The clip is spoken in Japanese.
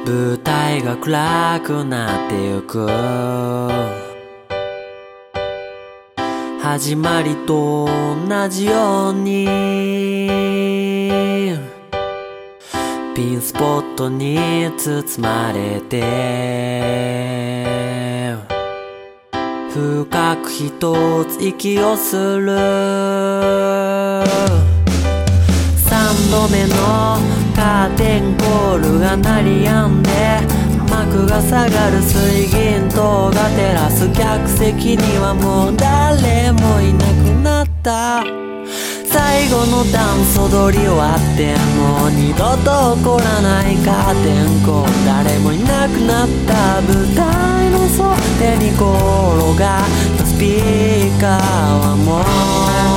舞台が暗くなってゆく。始まりと同じようにピンスポットに包まれて深く一つ息をする。3度目のカーテンコールが鳴り止んで幕が下がる水銀灯が照らす客席にはもう誰もいなくなった。最後のダンス踊り終わってもう二度と起こらないカーテンコール。誰もいなくなった舞台の袖に転がったスピーカーはもう